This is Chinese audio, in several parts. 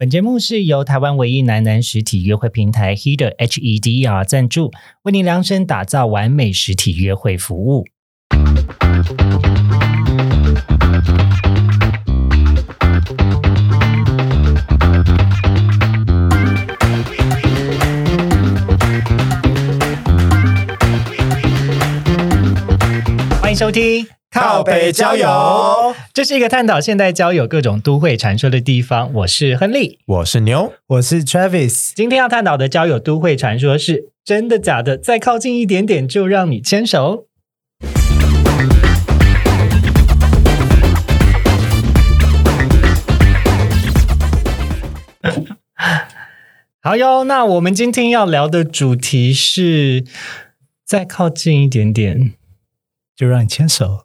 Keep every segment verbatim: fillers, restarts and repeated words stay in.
本节目是由台湾唯一男男实体约会平台 Heder H E D E R 赞助，为您量身打造完美实体约会服务。欢迎收听靠北交友， 这是一个探讨现代交友各种都会传说的地方。我是亨利， 我是牛， 我是 Travis。 今天要探讨的交友都会传说是真的假的？再靠近一点点就让你牵手。好哟，那我们今天要聊的主题是再靠近一点点就让你牵手。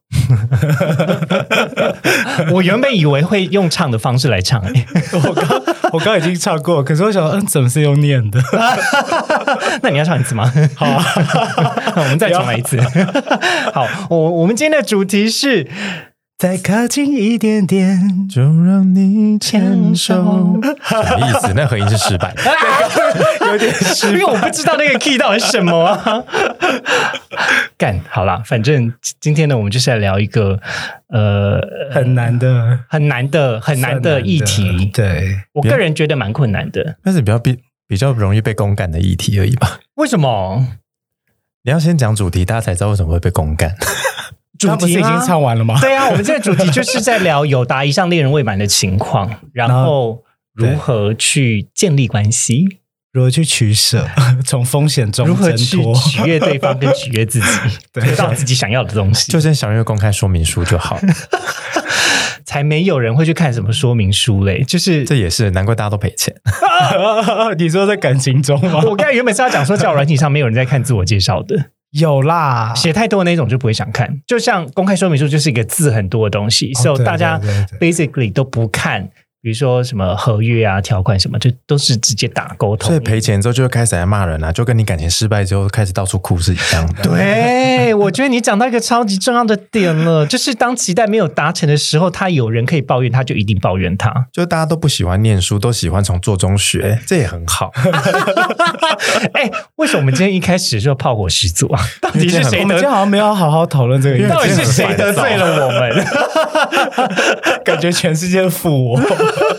我原本以为会用唱的方式来唱、欸、 我刚我刚已经唱过，可是我想嗯，怎么是用念的？ 那你要唱一次吗？好、啊、我们再重来一次。好，我我们今天的主题是再靠近一点点就让你牵手。什么意思？那合音是失败的。 有点失败， 因为我不知道那个 key 到底是什么啊。干好啦，反正今天呢，我们就是来聊一个呃很难的、 很难的、很难的议题。 对， 我个人觉得蛮困难的， 但是比较比比较容易被公干的议题而已吧。 为什么？ 你要先讲主题，大家才知道为什么会被公干。 主题不是已经唱完了吗？ 对啊，我们这个主题就是在聊友达以上恋人未满的情况，然后如何去建立关系， 如何去取舍，从风险中如何去挣脱， 取悦对方跟取悦自己，得到自己想要的东西。 就先详阅公开说明书就好。 才没有人会去看什么说明书嘞，就是这也是难怪大家都赔钱。 你说在感情中吗？ 我刚才原本是要讲说交友软体上没有人在看自我介绍的。 有啦， 写太多的那种就不会想看，就像公开说明书就是一个字很多的东西，所以、 哦、 大家 basically 都不看，比如说什么合约啊、条款什么，就都是直接打勾同意。 所以赔钱之后就会开始来骂人啊，就跟你感情失败之后开始到处哭是一样的。 对，我觉得你讲到一个超级重要的点了，就是当期待没有达成的时候，他有人可以抱怨，他就一定抱怨他。 就大家都不喜欢念书，都喜欢从做中学，这也很好。 哎，为什么我们今天一开始就炮火十足啊？到底是谁？ 我们今天好像没有好好讨论这个， 到底是谁得罪了我们？ 感觉全世界负我。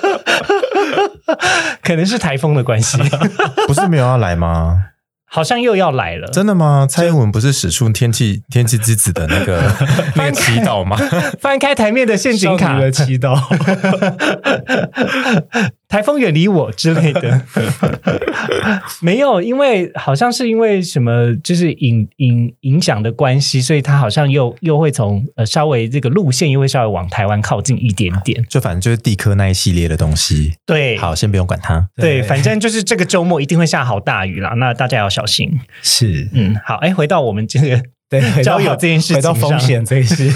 可能是台风的关系。 不是没有要来吗？ 好像又要来了。真的吗？蔡英文不是使出天气天气之子的那个那个祈祷吗？ 翻开台面的陷阱卡的祈祷。 台风远离我之类的。没有，因为好像是因为什么就是影影影响的关系，所以他好像又又会从呃稍微这个路线又会稍微往台湾靠近一点点， 就反正就是地科那一系列的东西。 对， 好，先不用管它。 对，反正就是这个周末一定会下好大雨啦，那大家要小心。 是， 嗯，好，哎，回到我们这个对交友这件事情上， 回到风险这一事。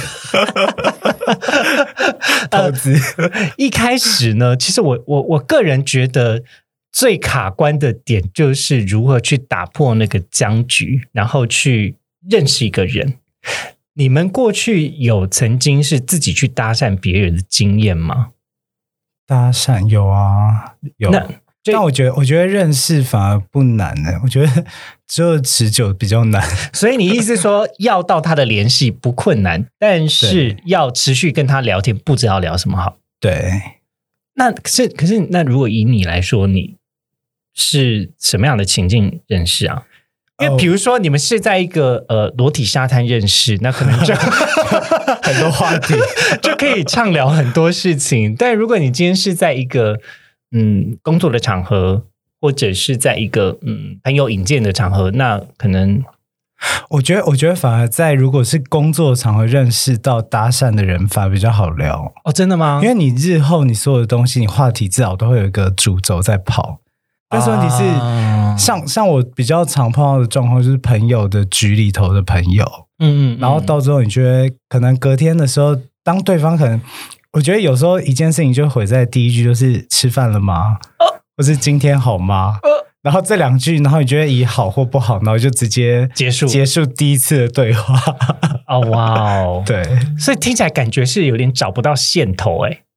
投资、 呃、一开始呢，其实我我我个人觉得最卡关的点就是如何去打破那个僵局，然后去认识一个人。你们过去有曾经是自己去搭讪别人的经验吗？ 搭讪有啊，有。 那但我觉得，我觉得认识反而不难呢。我觉得只有持久比较难。 所以你意思说，要到他的联系不困难，但是要持续跟他聊天，不知道聊什么好。 对。 那可是，可是，那如果以你来说，你是什么样的情境认识啊？因为比如说，你们是在一个呃裸体沙滩认识，那可能就很多话题就可以畅聊很多事情。但如果你今天是在一个嗯，工作的场合，或者是在一个嗯朋友引荐的场合，那可能我觉得，我觉得反而在如果是工作场合认识到搭讪的人，反而比较好聊。 哦，真的吗？ 因为你日后你所有的东西，你话题至少都会有一个主轴在跑。但是问题是，啊、像像我比较常碰到的状况，就是朋友的局里头的朋友，嗯 嗯, 嗯，然后到之后，你觉得可能隔天的时候，当对方可能。我觉得有时候一件事情就毁在第一句，就是吃饭了吗？哦、或是今天好吗？哦、然后这两句，然后你觉得以好或不好，然后就直接结束结束第一次的对话。 哦哇哦， 对， 所以听起来感觉是有点找不到线头哎。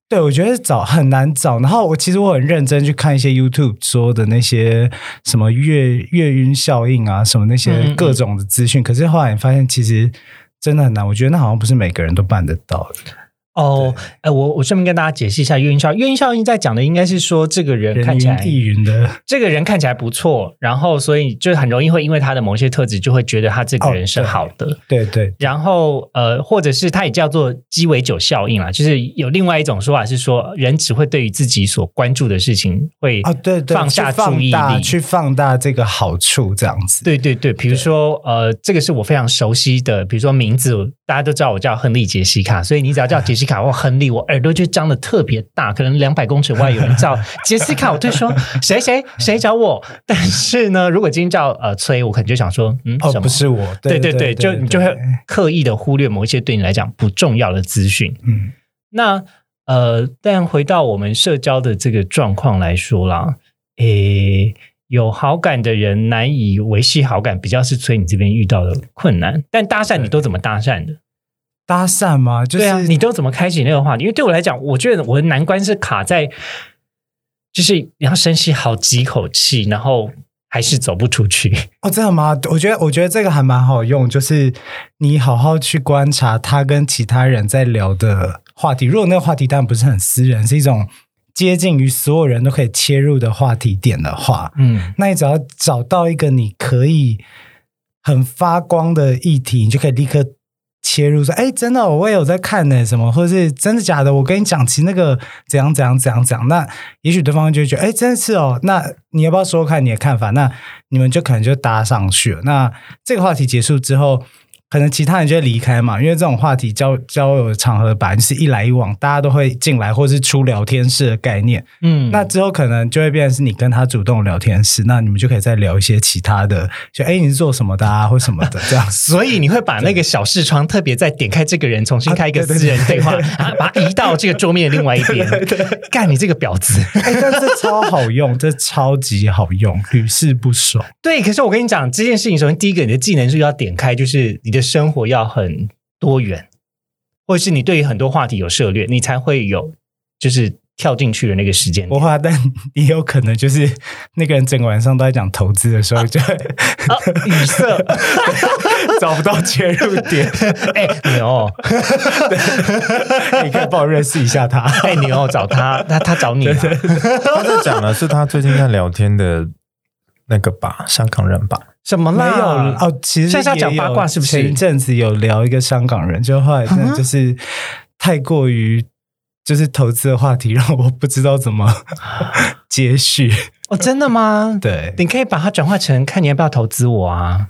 对，我觉得找很难找。然后我其实我很认真去看一些 YouTube 说的那些什么月月晕效应啊，什么那些各种的资讯。嗯嗯，可是后来你发现，其实真的很难。我觉得那好像不是每个人都办得到的。 哦，呃，我我顺便跟大家解释一下月晕效应。月晕效应在讲的应该是说，这个人看起来人云亦云的， 这个人看起来不错，然后所以就很容易会因为他的某些特质，就会觉得他这个人是好的。哦、 对, 对对。 然后呃，或者是它也叫做鸡尾酒效应啦，就是有另外一种说法是说，人只会对于自己所关注的事情会放下注意力， 哦、对对去放大这个好处，这样子。 对对对，比如说呃，这个是我非常熟悉的，比如说名字，大家都知道我叫亨利杰西卡，所以你只要叫杰西卡或亨利，我耳朵就张得特别大，可能两百公尺外有人叫杰西卡，我就说谁谁谁找我。但是呢，如果今天叫呃崔，我可能就想说，嗯， 哦，不是我， 对对 对, 对, 对, 对，就你就会刻意的忽略某一些对你来讲不重要的资讯。嗯，那呃，但回到我们社交的这个状况来说啦，诶，有好感的人难以维系好感，比较是崔你这边遇到的困难。但搭讪你都怎么搭讪的？ 搭讪吗？就是、 对啊，你都怎么开启那个话题？因为对我来讲，我觉得我的难关是卡在，就是你要深吸好几口气，然后还是走不出去。 哦，真的吗？我觉得，我觉得这个还蛮好用，就是你好好去观察他跟其他人在聊的话题。如果那个话题当然不是很私人，是一种接近于所有人都可以切入的话题点的话，嗯，那你只要找到一个你可以很发光的议题，你就可以立刻切入说，哎，真的我也有在看呢，什么，或者是真的假的，我跟你讲其实那个怎样怎样怎样怎样，那也许对方就会觉得，哎，真的是哦，那你要不要说说看你的看法？那你们就可能就搭上去了。那这个话题结束之后，可能其他人就会离开嘛，因为这种话题交交友场合本来就是一来一往，大家都会进来，或是出聊天室的概念。嗯，那之后可能就会变成是你跟他主动聊天室，那你们就可以再聊一些其他的，就哎你是做什么的啊，或什么的这样。 所以你会把那个小视窗特别再点开这个人，重新开一个私人对话，啊、对对对啊，把它移到这个桌面的另外一边。干你这个婊子！ 哎，但这超好用，这超级好用，屡试不爽。 对，可是我跟你讲这件事情，首先第一个你的技能是要点开，就是你的生活要很多元，或者是你对于很多话题有涉猎，你才会有就是跳进去的那个时间点。 不会，但也有可能就是那个人整个晚上都在讲投资的时候就，就、 啊啊、语塞， 找不到切入点。 哎、欸，牛， 你可以帮我认识一下他。 哎、欸，牛，找他，他他找你、啊。 他在讲的是他最近在聊天的那个吧，香港人吧。 什么啦？ 没有哦，其实现在要讲八卦是不是？ 前一阵子有聊一个香港人，就后来真的就是太过于就是投资的话题，让我不知道怎么接续。 哦，真的吗？ 对， 你可以把它转化成看你要不要投资我啊。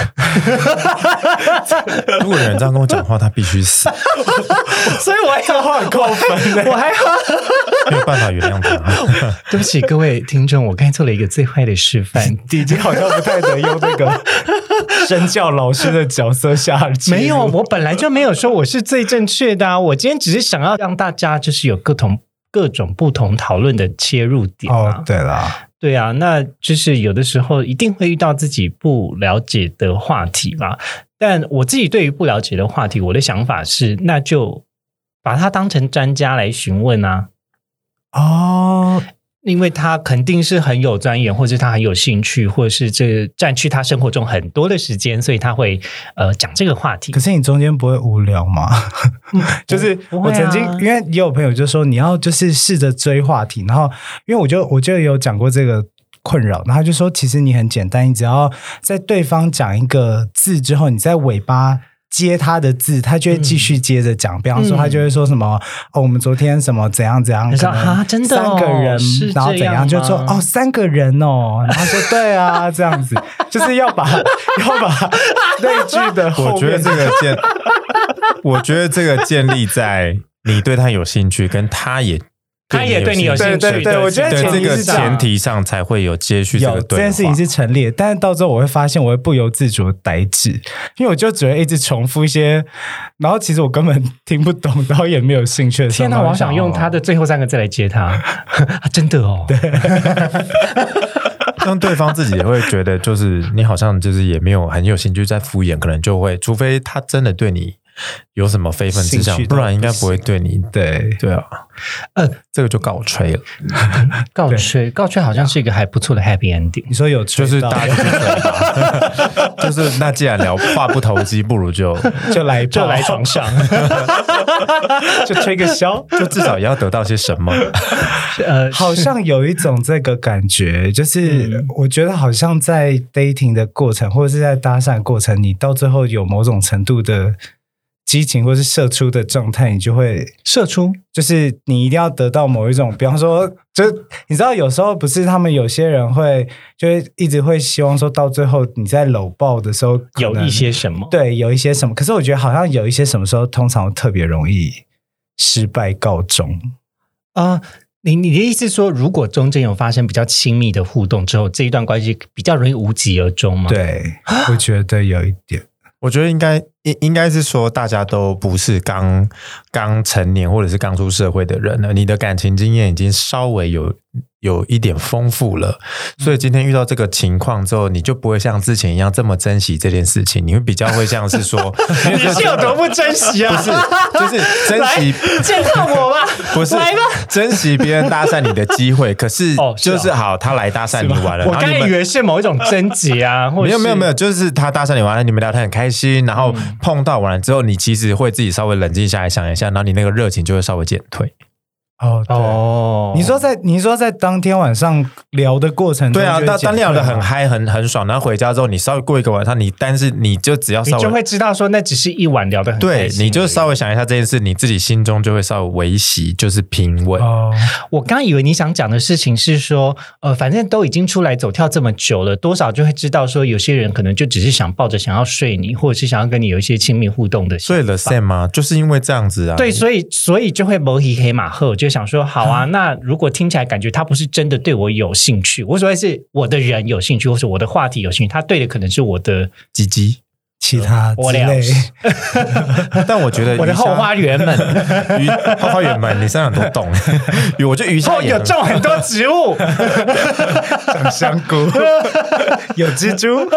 如果有人这样跟我讲话，他必须死。 所以我还这话很扣分， 我还没有办法原谅他。 对不起各位听众，我刚才做了一个最坏的示范。 已经好像不太能用那个身教老师的角色下去。 没有，我本来就没有说我是最正确的啊。我今天只是想要让大家就是有各种各种不同讨论的切入点、啊。 哦，对啦， 对啊，那就是有的时候一定会遇到自己不了解的话题啦。但我自己对于不了解的话题，我的想法是，那就把它当成专家来询问啊。 哦， 因为他肯定是很有钻研，或者是他很有兴趣，或者是这占据他生活中很多的时间，所以他会呃讲这个话题。 可是你中间不会无聊吗？嗯、就是我曾经、啊、因为也有朋友就说你要就是试着追话题，然后因为我就我就有讲过这个困扰，然后他就说其实你很简单，你只要在对方讲一个字之后，你在尾巴接他的字，他就会继续接着讲、嗯、比方说他就会说什么、嗯、哦我们昨天什么怎样怎样， 可能啊真的、哦、 三个人然后怎样就说哦三个人哦，然后说对啊这样子就是要把要把那句的后面我觉得这个建我觉得这个建立在你对他有兴趣跟他也他也对你有兴趣， 对对对，我觉得对这个前提上才会有接续这个对话。 这件事情是成立的，但是到最后我会发现我会不由自主的呆滞，因为我就只会一直重复一些，然后其实我根本听不懂，然后也没有兴趣的时候。 天哪，我好想用他的最后三个字来接他，啊、真的哦。 对， 让对方自己也会觉得，就是你好像就是也没有很有兴趣在敷衍，可能就会，除非他真的对你有什么非分之想，不然应该不会对你。 对对啊，呃，这个就告吹了。 告吹，告吹好像是一个还不错的 happy ending。 你说有吹就是到大家就去吹吧，就是那既然聊话不投机，不如就就来就来床上， 就吹个箫， 就至少也要得到些什么。 呃， 好像有一种这个感觉，就是我觉得好像在 dating 的过程，或者是在搭讪的过程，你到最后有某种程度的激情或是射出的状态，你就会射出， 就是你一定要得到某一种，比方说，就你知道有时候不是他们有些人会就会一直会希望说到最后你在搂抱的时候有一些什么， 对，有一些什么，可是我觉得好像有一些什么时候通常特别容易失败告终啊。呃你你的意思是说，如果中间有发生比较亲密的互动之后，这一段关系比较容易无疾而终吗？ 对，我觉得有一点。 我觉得应该应应该是说，大家都不是刚刚成年或者是刚出社会的人了，你的感情经验已经稍微有有一点丰富了，所以今天遇到这个情况之后，你就不会像之前一样这么珍惜这件事情，你会比较会像是说， 你是有多不珍惜啊？ 不是，就是珍惜见到我吧， 不是来吧， 珍惜别人搭讪你的机会。可是哦就是好，他来搭讪你完了， 我刚才以为是某一种贞洁啊，或者没有没有没有，就是他搭讪你完了，你们聊得很开心，然后碰到完了之后，你其实会自己稍微冷静下来想一下，然后你那个热情就会稍微减退。 哦哦，你说在你说在当天晚上聊的过程中， 对啊，当当聊得很嗨很很爽，然后回家之后，你稍微过一个晚上，你但是你就只要稍微你就会知道说那只是一晚聊得很开心，对，你就稍微想一下这件事，你自己心中就会稍微微息，就是平稳。 哦， 我刚以为你想讲的事情是说，呃，反正都已经出来走跳这么久了，多少就会知道说，有些人可能就只是想抱着想要睡你，或者是想要跟你有一些亲密互动的。 所以 the same 吗？就是因为这样子啊。 对，所以所以就会摸黑黑马赫，就想说好啊。嗯，那如果听起来感觉他不是真的对我有兴趣，我所谓是我的人有兴趣，或是我的话题有兴趣，他对的可能是我的鸡鸡、 其他之类。 但我觉得我的后花园们， 鱼后花园们，你身上都懂。我觉得鱼虾有种很多植物， 长香菇，有蜘蛛。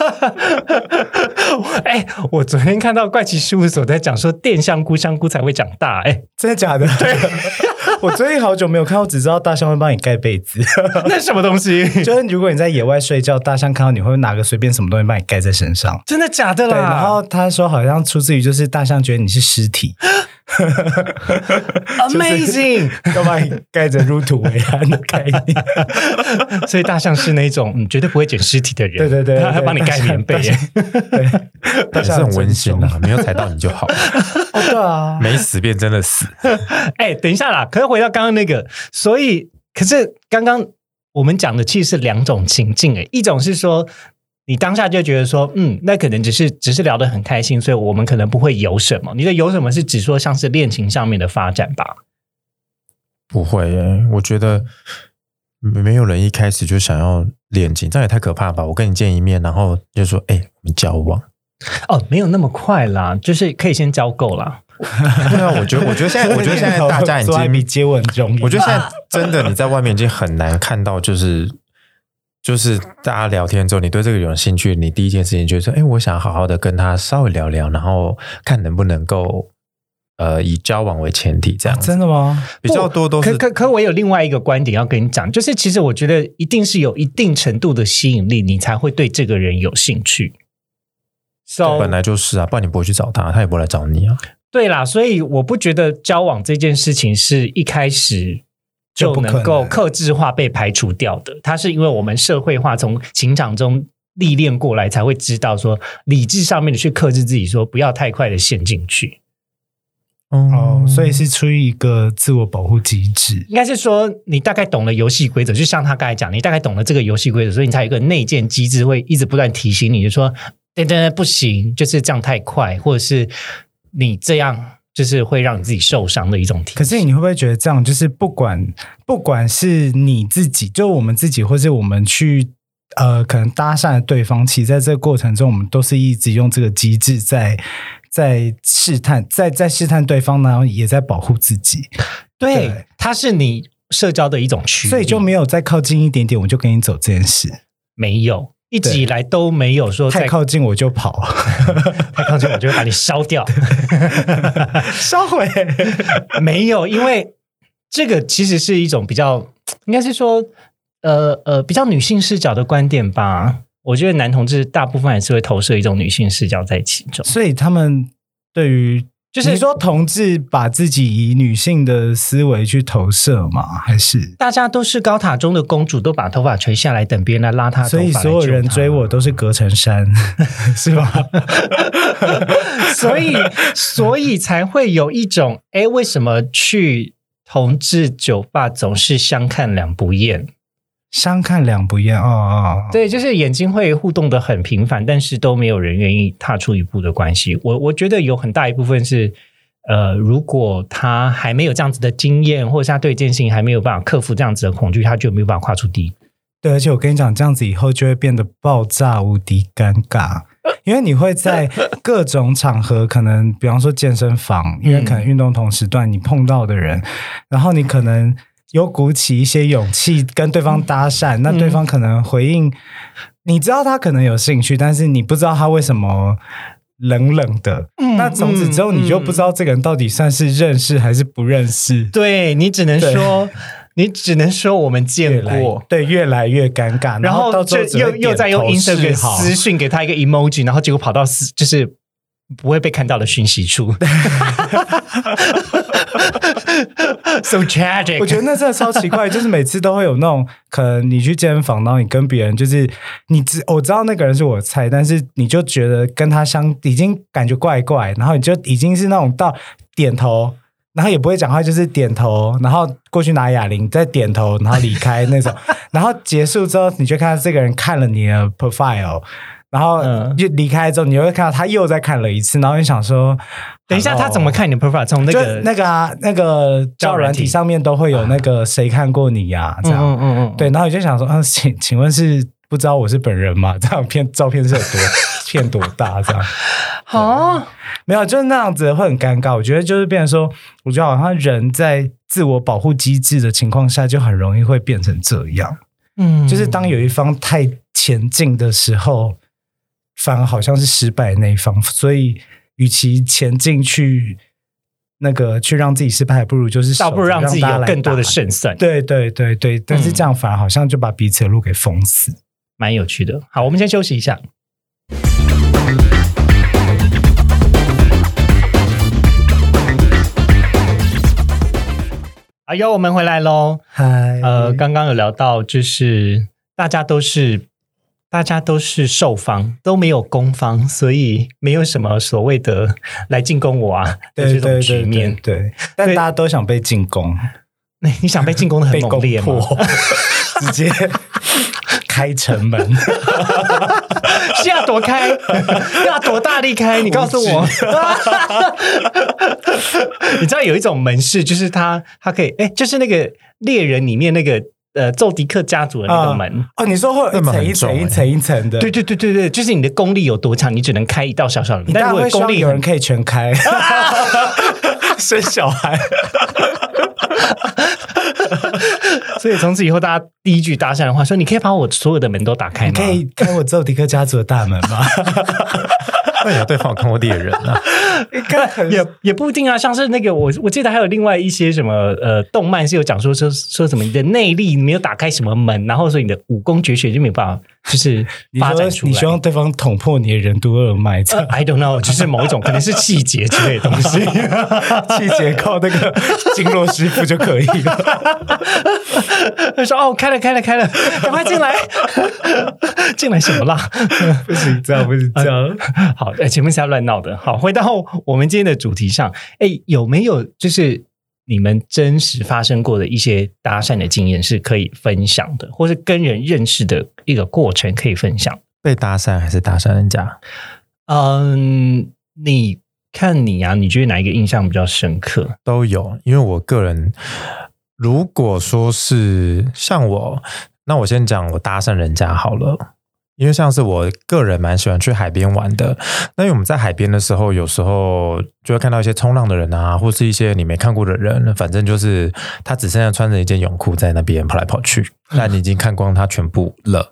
哎、欸，我昨天看到怪奇事务所在讲说，电香菇、香菇才会长大。哎、欸， 真的假的？对。我最近好久没有看到，只知道大象会帮你盖被子。 那是什么东西？ 就是如果你在野外睡觉，大象看到你会拿个随便什么东西帮你盖在身上。 真的假的啦？ 对，然后他说好像出自于就是大象觉得你是尸体。 Amazing， 要把你盖着入土为安的概念。 所以大象是那种嗯绝对不会捡尸体的人。 对对对， 他还帮你盖棉被耶。 对， 大象很温馨啊，没有踩到你就好。 哦，对啊， 没死便真的死。 哎、欸，等一下啦，可是回到刚刚那个，所以可是刚刚我们讲的其实是两种情境。哎，一种是说你当下就觉得说，嗯，那可能只是只是聊得很开心，所以我们可能不会有什么。你的有什么是指说像是恋情上面的发展吧？ 不会耶，我觉得没有人一开始就想要恋情，这样也太可怕吧？我跟你见一面，然后就说，哎、欸，我们交往。 哦，没有那么快啦，就是可以先交够啦。 对啊，我觉得，我觉得现在，我觉得现在大家已经比接吻容易。 我觉得现在真的你在外面已经很难看到，就是就是大家聊天之后，你对这个有兴趣，你第一件事情就是说，哎，我想好好的跟他稍微聊聊，然后看能不能够呃以交往为前提这样子。 真的吗？ 比较多都是。 可可可，我有另外一个观点要跟你讲，就是其实我觉得一定是有一定程度的吸引力，你才会对这个人有兴趣。 So, 本来就是啊，不然你不会去找他，他也不会来找你啊。 对啦，所以我不觉得交往这件事情是一开始就能够客制化被排除掉的。它是因为我们社会化从情场中历练过来，才会知道说理智上面的去克制自己，说不要太快的陷进去。 哦，所以是出于一个自我保护机制， 应该是说你大概懂了游戏规则，就像他刚才讲，你大概懂了这个游戏规则，所以你才有一个内建机制，会一直不断提醒你，就说对对对，不行，就是这样太快，或者是你这样就是会让你自己受伤的一种提醒。 可是你会不会觉得这样，就是不管不管是你自己，就我们自己，或是我们去呃可能搭讪的对方，其实在这个过程中，我们都是一直用这个机制在在试探，在在试探对方，然后也在保护自己。 对， 对， 它是你社交的一种驱力， 所以就没有再靠近一点点，我就跟你走这件事。 没有。 一直以来都没有说太靠近我就跑， 太靠近我就会把你烧掉， 烧毁。 没有，因为这个其实是一种比较，应该是说，呃呃，比较女性视角的观点吧。我觉得男同志大部分还是会投射一种女性视角在其中， 所以他们对于就是你说同志把自己以女性的思维去投射吗？还是大家都是高塔中的公主，都把头发垂下来等别人来拉她头发， 所以所有人追我都是隔层山，是吧？ 所以所以才会有一种，哎，为什么去同志酒吧总是相看两不厌？ 相看两不厌哦哦， 对，就是眼睛会互动的很频繁，但是都没有人愿意踏出一步的关系。我我觉得有很大一部分是，呃，如果他还没有这样子的经验，或者是他对这件事情还没有办法克服这样子的恐惧，他就没有办法跨出第一步。 对，而且我跟你讲，这样子以后就会变得爆炸无敌尴尬，因为你会在各种场合，可能比方说健身房，因为可能运动同时段你碰到的人，然后你可能有鼓起一些勇气跟对方搭讪，那对方可能回应，你知道他可能有兴趣，但是你不知道他为什么冷冷的，嗯、那从此之后你就不知道这个人到底算是认识还是不认识。 对，你只能说，你只能说我们见过， 对，越来越尴尬， 然后就又又再用 Instagram 私讯给他一个 emoji， 然后结果跑到就是不会被看到的讯息处。So tragic， 我觉得那真的超奇怪，就是每次都会有那种可能你去健身房，然后你跟别人就是你知我知道那个人是我的菜，但是你就觉得跟他相已经感觉怪怪，然后你就已经是那种到点头，然后也不会讲话，就是点头，然后过去拿哑铃，再点头，然后离开那种，然后结束之后，你就看到这个人看了你的 profile。然后就离开之后，你会看到他又再看了一次，然后你想说， 等一下他怎么看你的 profile？ 从那个那个啊，那个交友软体上面都会有那个谁看过你呀、啊，这样，嗯嗯嗯，对，然后你就想说，啊，请请问是不知道我是本人吗？这样片照片是有多片多大？这样， 好， 没有，就是那样子会很尴尬。我觉得就是变成说，我觉得好像人在自我保护机制的情况下，就很容易会变成这样。嗯，就是当有一方太前进的时候。反而好像是失败的那一方，所以与其前进去那个去让自己失败，不如就是倒不如让自己有更多的胜算。 对对对对，但是这样反而好像就把彼此的路给封死， 蛮有趣的。好，我们先休息一下。哎呦，我们回来喽！ 嗨， 呃，刚刚有聊到，就是大家都是。大家都是受方，都没有攻方，所以没有什么所谓的来进攻我啊的这种局面。 对，对， 对， 对，但大家都想被进攻。 你想被进攻的很猛烈吗？ 直接开城门， 是要多开，要多大力开？你告诉我。你知道有一种门市，就是它，它可以，哎，就是那个猎人里面那个。呃，宙迪克家族的那个门、 嗯、哦，你说会有一层一层一层一层的， 对对对对对，就是你的功力有多强，你只能开一道小小的门。 但如果功力有人可以全开，生小孩。 所以从此以后，大家第一句搭讪的话说：“你可以把我所有的门都打开吗？” 你可以开我宙迪克家族的大门吗？ 那有对方有看过猎人啊？ 也也不一定啊，像是那个我我记得还有另外一些什么呃动漫是有讲说说说什么你的内力没有打开什么门，然后所以你的武功绝学就没有办法就是发展出来。 你希望对方捅破你的任督二脉、 呃、？I don't know， 就是某一种可能是气节之类的东西， 气节靠那个经络师傅就可以了。 他说：“哦，开了开了开了，赶快进来，进来什么啦？ 不行，这样不行，这样、 呃、好。”前面是要乱闹的。好，回到我们今天的主题上，哎，有没有就是你们真实发生过的一些搭讪的经验是可以分享的，或是跟人认识的一个过程可以分享？ 被搭讪还是搭讪人家？ 嗯，你看你啊，你觉得哪一个印象比较深刻？ 都有，因为我个人如果说是像我，那我先讲我搭讪人家好了。因为像是我个人蛮喜欢去海边玩的，那因为我们在海边的时候，有时候就会看到一些冲浪的人啊，或是一些你没看过的人，反正就是他只剩下穿着一件泳裤在那边跑来跑去，但你已经看光他全部了。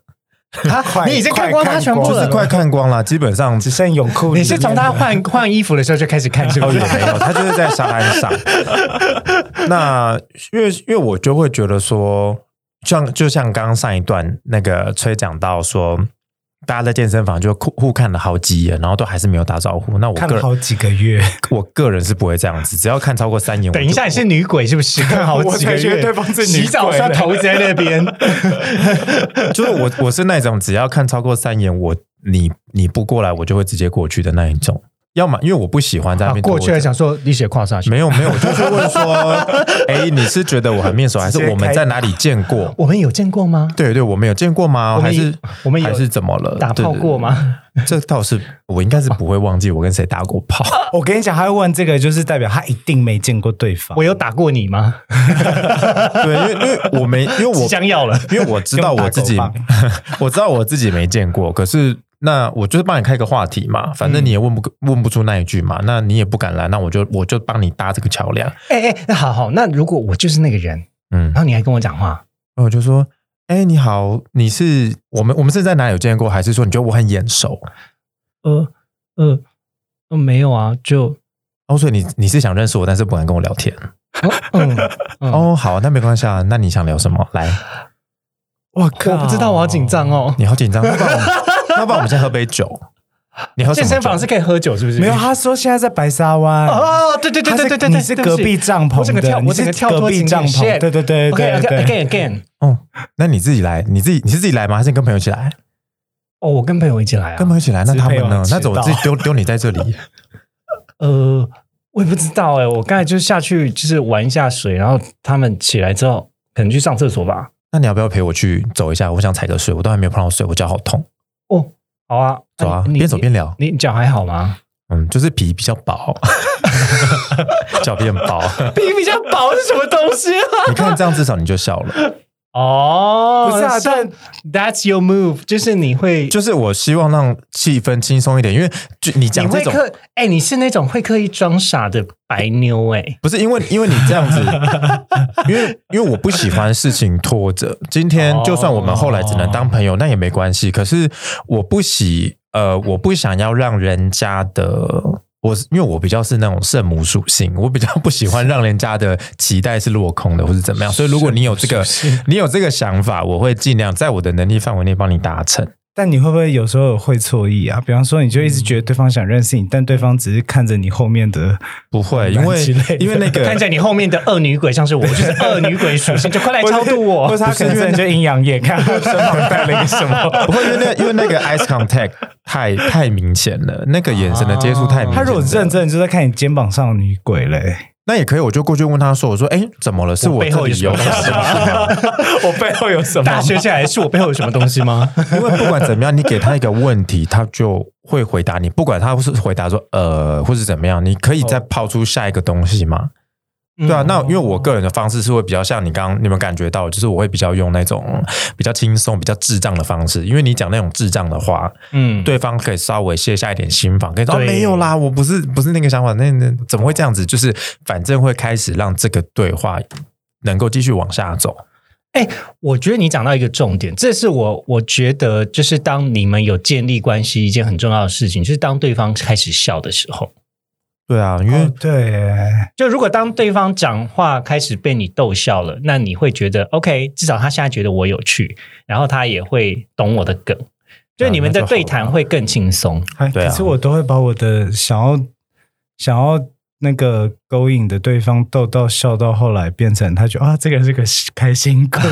啊，你已经看光他全部了， 就是快看光了，基本上只剩泳裤。 你是从他换换衣服的时候就开始看，是不是？ 也没有，他就是在沙滩上。那因为因为我就会觉得说，像就像刚刚上一段那个崔讲到说。大家在健身房就互看了好几眼，然后都还是没有打招呼。那我个人看了好几个月， 我个人是不会这样子，只要看超过三眼。 等一下，你是女鬼是不是？看好几个月， 对方是女鬼， 洗澡刷头在那边。 就是我，我是那种只要看超过三眼，我你你不过来，我就会直接过去的那一种。要么因为我不喜欢在那边、 啊、过去了，想说你写跨啥？ 没有没有，我就去问说，哎，你是觉得我很面熟，还是我们在哪里见过？ 我们有见过吗？ 对对，我们有见过吗？还是我们有还是怎么了？ 打炮过吗？ 对对对这倒是我应该是不会忘记我跟谁打过炮。 我跟你讲，他会问这个，就是代表他一定没见过对方。 我有打过你吗？ 对，因为因为我没，因为我即将要了， 因为我知道我自己，我知道我自己没见过，可是。那我就是帮你开个话题嘛，反正你也问不、嗯、问不出那一句嘛，那你也不敢来，那我就我就帮你搭这个桥梁。 哎哎，那好好，那如果我就是那个人，嗯，然后你还跟我讲话， 我就说，哎，你好，你是我们我们是在哪里有见过，还是说你觉得我很眼熟？ 呃呃呃，没有啊，就哦，所以你你是想认识我，但是不敢跟我聊天。 哦嗯嗯、 哦，好，那没关系啊，那你想聊什么？来， 我靠，我不知道，我好紧张哦， 你好紧张。要不然我们先喝杯酒。你喝什么酒？ 健身房是可以喝酒，是不是？ 没有，他说现在在白沙湾。 哦，对对对对对对， 你是隔壁帐篷的， 我整个跳，我整个跳隔壁帐篷。对对对对对 ，again again。 哦，那你自己来，你自己你是自己来吗？还是你跟朋友一起来？ 哦，我跟朋友一起来啊。 跟朋友一起来，那他们呢？那怎么自己丢丢你在这里？ 呃，我也不知道哎，我刚才就下去就是玩一下水，然后他们起来之后可能去上厕所吧。 那你要不要陪我去走一下？我想踩个水，我都还没有碰到水，我脚好痛。 哦，好啊， 走啊，边走边聊。 你脚还好吗？ 嗯，就是皮比较薄，脚变薄。 皮比较薄是什么东西啊？ 你看这样至少你就笑了。 哦，不是啊，但 that's your move， 就是你会， 就是我希望让气氛轻松一点，因为就你讲这种， 哎、欸，你是那种会刻意装傻的白妞哎、欸， 不是因为因为你这样子，因为因为我不喜欢事情拖着。今天就算我们后来只能当朋友，那也没关系。可是我不喜呃，我不想要让人家的。我因为我比较是那种圣母属性，我比较不喜欢让人家的期待是落空的，或是怎么样。所以如果你有这个，你有这个想法，我会尽量在我的能力范围内帮你达成。 但你会不会有时候会错意啊？比方说，你就一直觉得对方想认识你，但对方只是看着你后面的， 不会，因为因为那个看着你后面的恶女鬼，像是我，就是恶女鬼属性，就快来超度我。 或者他可能真的就阴阳眼，看他身旁带了一个什么？ 不会，因为那因为那个 eye contact 太太明显了，那个眼神的接触太明显了。 他如果认真就在看你肩膀上的女鬼嘞。 那也可以，我就过去问他说：“我说，哎，怎么了？是我背后有什么东西吗？ 我背后有什么？ 大学下来是我背后有什么东西吗？ 因为不管怎么样，你给他一个问题，他就会回答你。不管他是回答说呃，或是怎么样，你可以再抛出下一个东西吗？对啊，那因为我个人的方式是会比较像你刚刚你们感觉到，就是我会比较用那种比较轻松、比较智障的方式，因为你讲那种智障的话，嗯，对方可以稍微卸下一点心防，可以说、哦、没有啦，我不是不是那个想法，那那怎么会这样子？就是反正会开始让这个对话能够继续往下走。 哎、欸，我觉得你讲到一个重点，这是我我觉得就是当你们有建立关系一件很重要的事情，就是当对方开始笑的时候。 对啊，因为、 哦、对， 就如果当对方讲话开始被你逗笑了，那你会觉得 OK， 至少他现在觉得我有趣，然后他也会懂我的梗，就你们的对谈会更轻松。 对、啊，可是我都会把我的想要想要那个勾引的对方逗到笑到后来变成他觉得啊，这个是个开心果。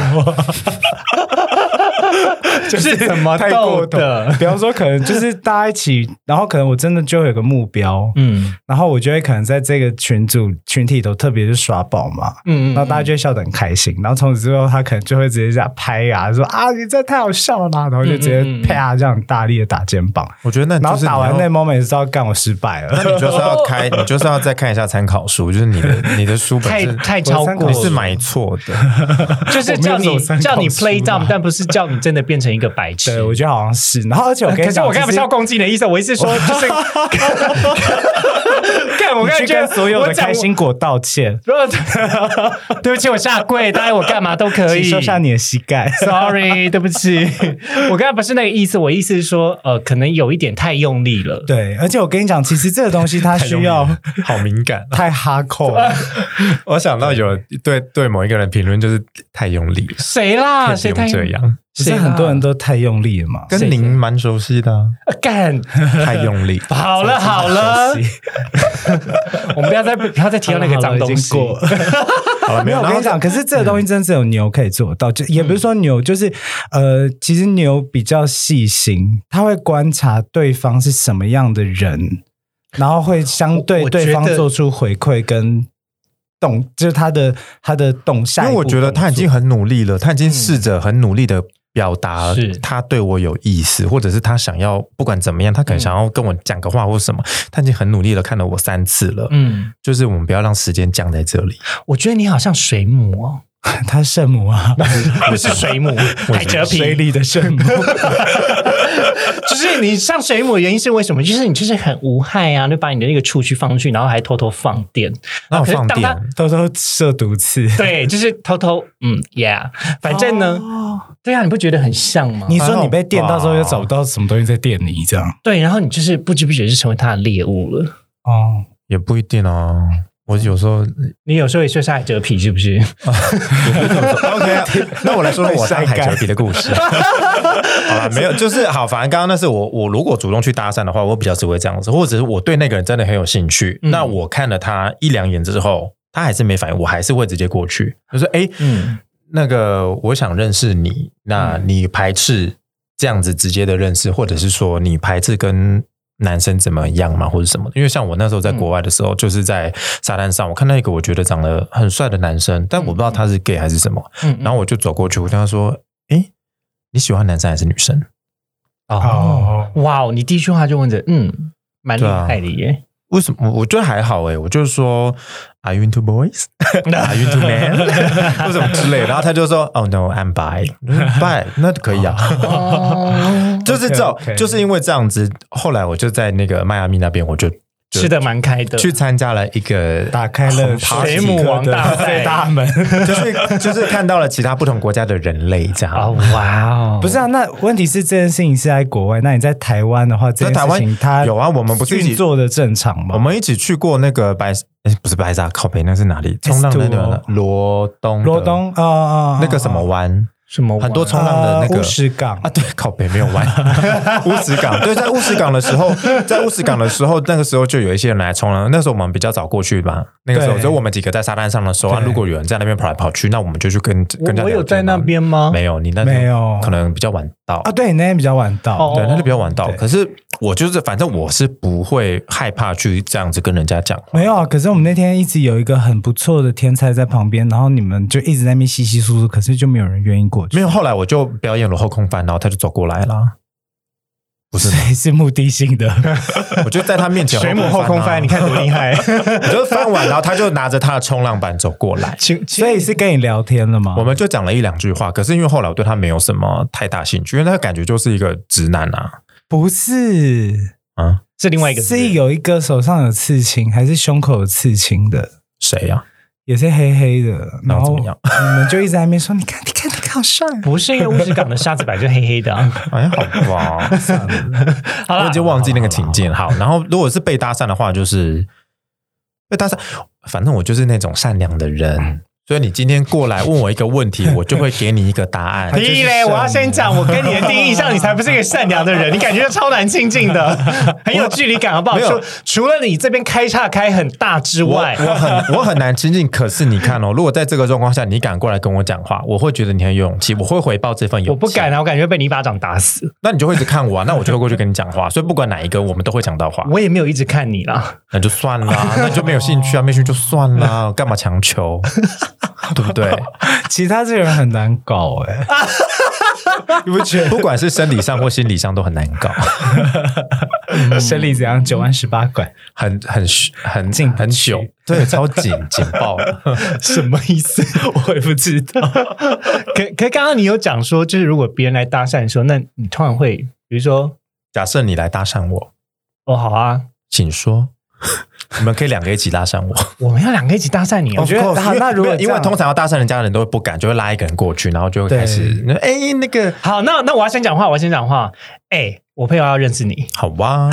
就是怎么逗的？ 比方说，可能就是大家一起，然后可能我真的就有个目标，嗯，然后我就会可能在这个群组群体都特别是耍宝嘛，嗯，然后大家就会笑得很开心，然后从此之后他可能就会直接这样拍啊，说啊你这太好笑了啦，然后就直接啪这样大力的打肩膀。 我觉得那就是然后打完那 moment 知道干我失败了， 那你就是要开，你就是要再看一下参考书，就是你的你的书本是太太超过， 你是买错的， 就是叫你叫你 play dumb， 但不是叫你真的变成。 成一个白痴。 对，我觉得好像是。然后而且我跟你讲， 可是我刚才不是要攻击你的意思，我意思说就是，看我刚才去跟所有的开心果道歉， 对不起，我下跪，答应我干嘛都可以， 收下你的膝盖 ，sorry， 对不起，我刚才不是那个意思，我意思是说，呃，可能有一点太用力了。 对，而且我跟你讲，其实这个东西它需要好敏感， 太哈扣。 我想到有对对某一个人评论就是太用力了， 谁啦？谁太这样？ 不是很多人都太用力了嘛？ 跟您蛮熟悉的、啊， 干太用力。 好了好了，我们不要再不要再提到那个脏东西。 好了，没有，我跟你讲，可是这个东西真的只有牛可以做到，就也不是说牛，就是呃，其实牛比较细心，他会观察对方是什么样的人，然后会相对对方做出回馈跟动，就是他的他的动下。 因为我觉得他已经很努力了，他已经试着很努力的表达他对我有意思，或者是他想要不管怎么样，他可能想要跟我讲个话或什么，他已经很努力的看了我三次了。嗯，就是我们不要让时间僵在这里。 我觉得你好像水母哦。 他圣母啊， 不是水母，海蜇皮水里的圣母。 就是你上水母的原因是为什么？就是你就是很无害啊，就把你的那个触须放进去，然后还偷偷放电， 然后放电， 偷偷射毒刺， 对，就是偷偷，嗯 ，yeah， 反正呢，哦、对啊，你不觉得很像吗？ 你说你被电到之后又找不到什么东西在电你，这样对，然后你就是不知不觉就成为他的猎物了。 哦，也不一定啊。我有时候， 你有时候也睡海蜇皮是不是 ？OK， 那我来说说我上海蜇皮的故事。好了，没有，就是好，反正刚刚那是我，我如果主动去搭讪的话，我比较只会这样子，或者是我对那个人真的很有兴趣，嗯、那我看了他一两眼之后，他还是没反应，我还是会直接过去，就说：“哎、欸，嗯，那个我想认识你，那你排斥这样子直接的认识，或者是说你排斥跟。”男生怎么样嘛，或者什么？因为像我那时候在国外的时候，嗯、就是在沙滩上，我看到一个我觉得长得很帅的男生，但我不知道他是 gay 还是什么。嗯、然后我就走过去，我跟他说：“哎，你喜欢男生还是女生？” 哦，哇！你第一句话就问着，嗯，蛮厉害的耶。 为什么？我觉得还好哎，我就是说 ，Are you into boys? Are you into men? 或什么之类的。然后他就说 ，Oh no, I'm bi. bi 那可以啊。哦、就是这， okay, okay. 就是因为这样子，后来我就在那个迈阿密那边，我就。 吃得蛮开的， 去参加了一个打开了水母王大赛大门， 就是就是看到了其他不同国家的人类这样。 哦，哇哦！ 不是啊，那问题是这件事情是在国外，那你在台湾的话，这件事情它有啊，我们不是一起做的正常吗？ 我们一起去过那个白，不是白沙靠北，那是哪里？冲浪那个罗东， 罗东啊啊， 那个什么湾？ 什么很多冲浪的那个乌石港啊，对，靠北没有湾，乌石港。对，在乌石港的时候，在乌石港的时候，那个时候就有一些人来冲浪。那时候我们比较早过去吧，那个时候就我们几个在沙滩上的时候啊，如果有人在那边跑来跑去，那我们就去跟跟人家聊天。 我有在那边吗？ 没有，你那没有， 可能比较晚到啊。对，你那边比较晚到， 哦、对，那就比较晚到。可是我就是，反正我是不会害怕去这样子跟人家讲话。 没有啊，可是我们那天一直有一个很不错的天才在旁边，然后你们就一直在那边稀稀疏疏，可是就没有人愿意过去。 没有，后来我就表演了后空翻，然后他就走过来了。不是， 谁是目的性的？ 我就在他面前水母后空翻，你看多厉害！ 我就翻完，然后他就拿着他的冲浪板走过来， 所以是跟你聊天了吗？ 我们就讲了一两句话，可是因为后来我对他没有什么太大兴趣，因为他感觉就是一个直男啊。 不是啊， 是另外一个， 是有一个手上有刺青，还是胸口有刺青的？ 谁呀、啊？ 也是黑黑的，然后怎么样？ 你们就一直在那边说，你看，你看，你看，好帅！ 不是因为乌石港的沙子本来就黑黑的啊。 哎，好吧，算了，好了，我已经忘记那个情境。好，然后如果是被搭讪的话，就是被搭讪，反正我就是那种善良的人。所以你今天过来问我一个问题，我就会给你一个答案。 屁嘞！我要先讲，我跟你的第一印象，你才不是一个善良的人，你感觉超难亲近的，很有距离感，好不好？除除了你这边开叉开很大之外， 我, 我很我很难亲近。可是你看哦，如果在这个状况下，你敢过来跟我讲话，我会觉得你很有勇气，我会回报这份勇气。 我不敢啊，我感觉被你一巴掌打死。 那你就会一直看我啊，那我就会过去跟你讲话。所以不管哪一个，我们都会讲到话。 我也没有一直看你啦， 那就算啦，那就没有兴趣啊，没兴趣就算啦，干嘛强求？ 对不对？ 其实他这个人很难搞哎、欸，你不觉得？ 不管是生理上或心理上都很难搞。 生理怎样？九弯十八拐， 很很很紧很久，对，超紧紧爆了。 什么意思？ 我也不知道。 可可刚刚你有讲说，就是如果别人来搭讪的时候，那你通常会，比如说， 假设你来搭讪我， 哦，好啊， 请说。你们可以两个一起搭讪我， 我们要两个一起搭讪你。 我觉得好，那如果因为通常要搭讪人家的人都会不敢，就会拉一个人过去，然后就会开始哎那个好，那那我要先讲话，我要先讲话。哎，我朋友要认识你， 好吧？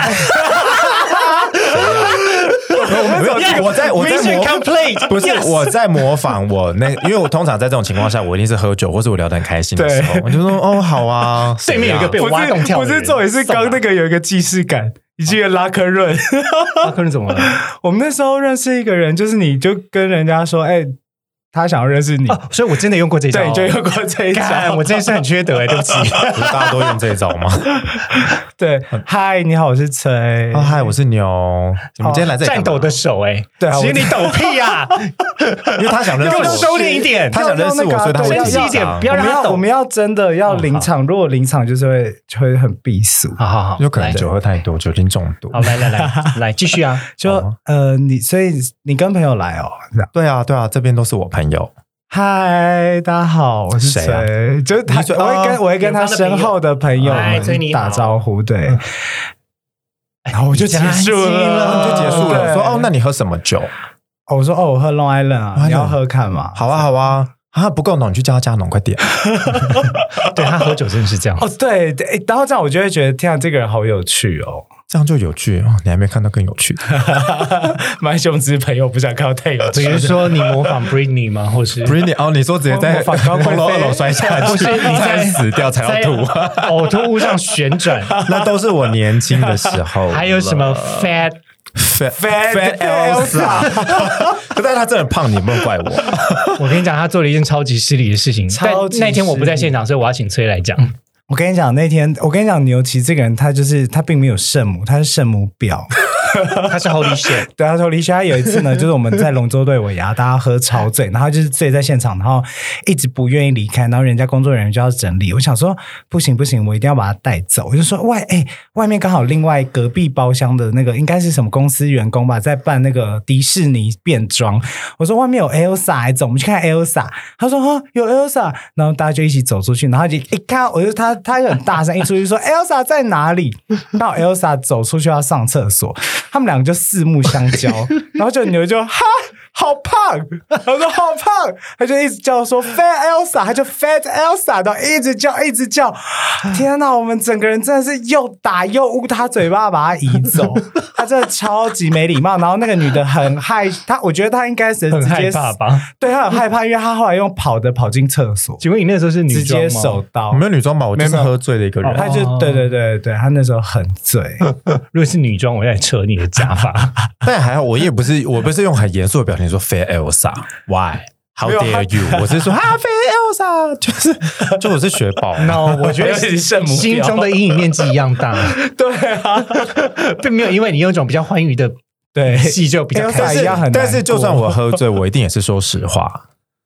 我在我在模 complete 不是我在模仿我那，因为我通常在这种情况下，我一定是喝酒或是我聊得很开心的时候，我就说哦好啊， 对面有一个被我挖洞跳的人， 不是重点是刚那个有一个既视感。你记得拉科润？ 拉科润怎么了？ 我们那时候认识一个人，就是你就跟人家说，哎、欸，他想要认识你、 哦，所以我真的用过这一招， 对，你就用过这一招。 我真的是很缺德哎、欸，对不起。不是大家都用这一招吗？ 对，嗨，你好，我是崔。 哦，嗨，我是牛。你们今天来这里颤抖的手哎、欸， 对啊， 其实你抖屁啊， 因为他想认识我， 收敛一点， 他想认识我，所以他珍惜一点，不要让他抖。 我们要真的要临场，如果临场就是会会很避俗。 好好好， 有可能酒喝太多，酒精中毒。 好，来来来来，继续啊， 就呃，你所以你跟朋友来哦？ 对啊，对啊，这边都是我朋友。 嗨，大家好，我是谁、啊？就是他，我会跟我会跟他身后的朋友们打招呼，对。然后我就结束了， 就结束了。说哦，那你喝什么酒？ 哦、我说哦，我喝 Long Island 啊，你要喝看嘛？ 好啊，好啊。啊，不够浓，你去叫他加浓，快点。 对他喝酒真的是这样哦，对对，然后这样我就会觉得，天啊，这个人好有趣哦， 这样就有趣哦。你还没看到更有趣的？ 蛮雄之朋友不想看到太有趣的。 比如说你模仿 Britney 吗？或是 Britney 哦，你说直接在从楼二楼摔下去， 不是你在死掉才要吐， 呕吐物上旋转， 那都是我年轻的时候。 还有什么 fat fat fat Elsa， 但是他真的胖，你不能怪我。 我跟你讲，他做了一件超级失礼的事情。但那天我不在现场，所以我要请崔来讲。 我跟你讲，那天我跟你讲，牛奇这个人，他就是他并没有圣母，他是圣母婊。 他是 Holy shit， 对，他是 Holy shit。他有一次呢，就是我们在龙舟队尾牙，大家喝超醉，然后就是醉在现场，然后一直不愿意离开，然后人家工作人员就要整理。我想说，不行不行，我一定要把他带走。我就说，外哎、欸，外面刚好另外隔壁包厢的那个应该是什么公司员工吧，在办那个迪士尼变装。我说外面有 Elsa， 还走，我们去看 Elsa。他说哈有 Elsa， 然后大家就一起走出去，然后就一看，我就他他就很大声一出去说 Elsa 在哪里？然后 Elsa 走出去要上厕所。他们两个就四目相交，然后就牛就哈好胖，我说好胖，他就一直叫说 Fat Elsa， 他就 Fat Elsa， 然后一直叫一直叫，天哪，我们整个人真的是又打又捂他嘴巴把他移走，他真的超级没礼貌。然后那个女的很害他，我觉得他应该是直接很害怕吧？ 对，他很害怕，因为他后来用跑的跑进厕所。 请问你那时候是女装吗？ 直接手刀， 没有女装吧？我就是喝醉的一个人。 他就对对对对，他那时候很醉。 如果是女装，我在扯你的假发。 但还好，我也不是，我不是用很严肃的表情说 Fair Elsa，Why？ How dare you？ 我是说啊 ，Fair Elsa， 就是就我是雪宝。 No， 我觉得是心中的阴影面积一样大。 对啊， 并没有因为你用一种比较欢愉的对戏就比较开心。 但是但是就算我喝醉，我一定也是说实话。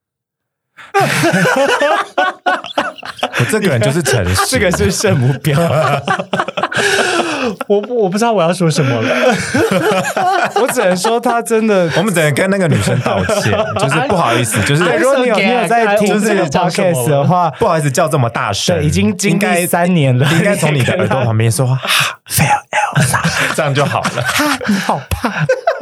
我这个人就是诚实， 这个是圣母婊。 我我不知道我要说什么了， 我只能说他真的， 我们只能跟那个女生道歉，就是不好意思，就是如果你有你有在听这个 podcast 的话， 不好意思叫这么大声， 已经经历三年了， 应该从你的耳朵旁边说哈 ，Fair Elsa， 这样就好了。 哈，你好胖。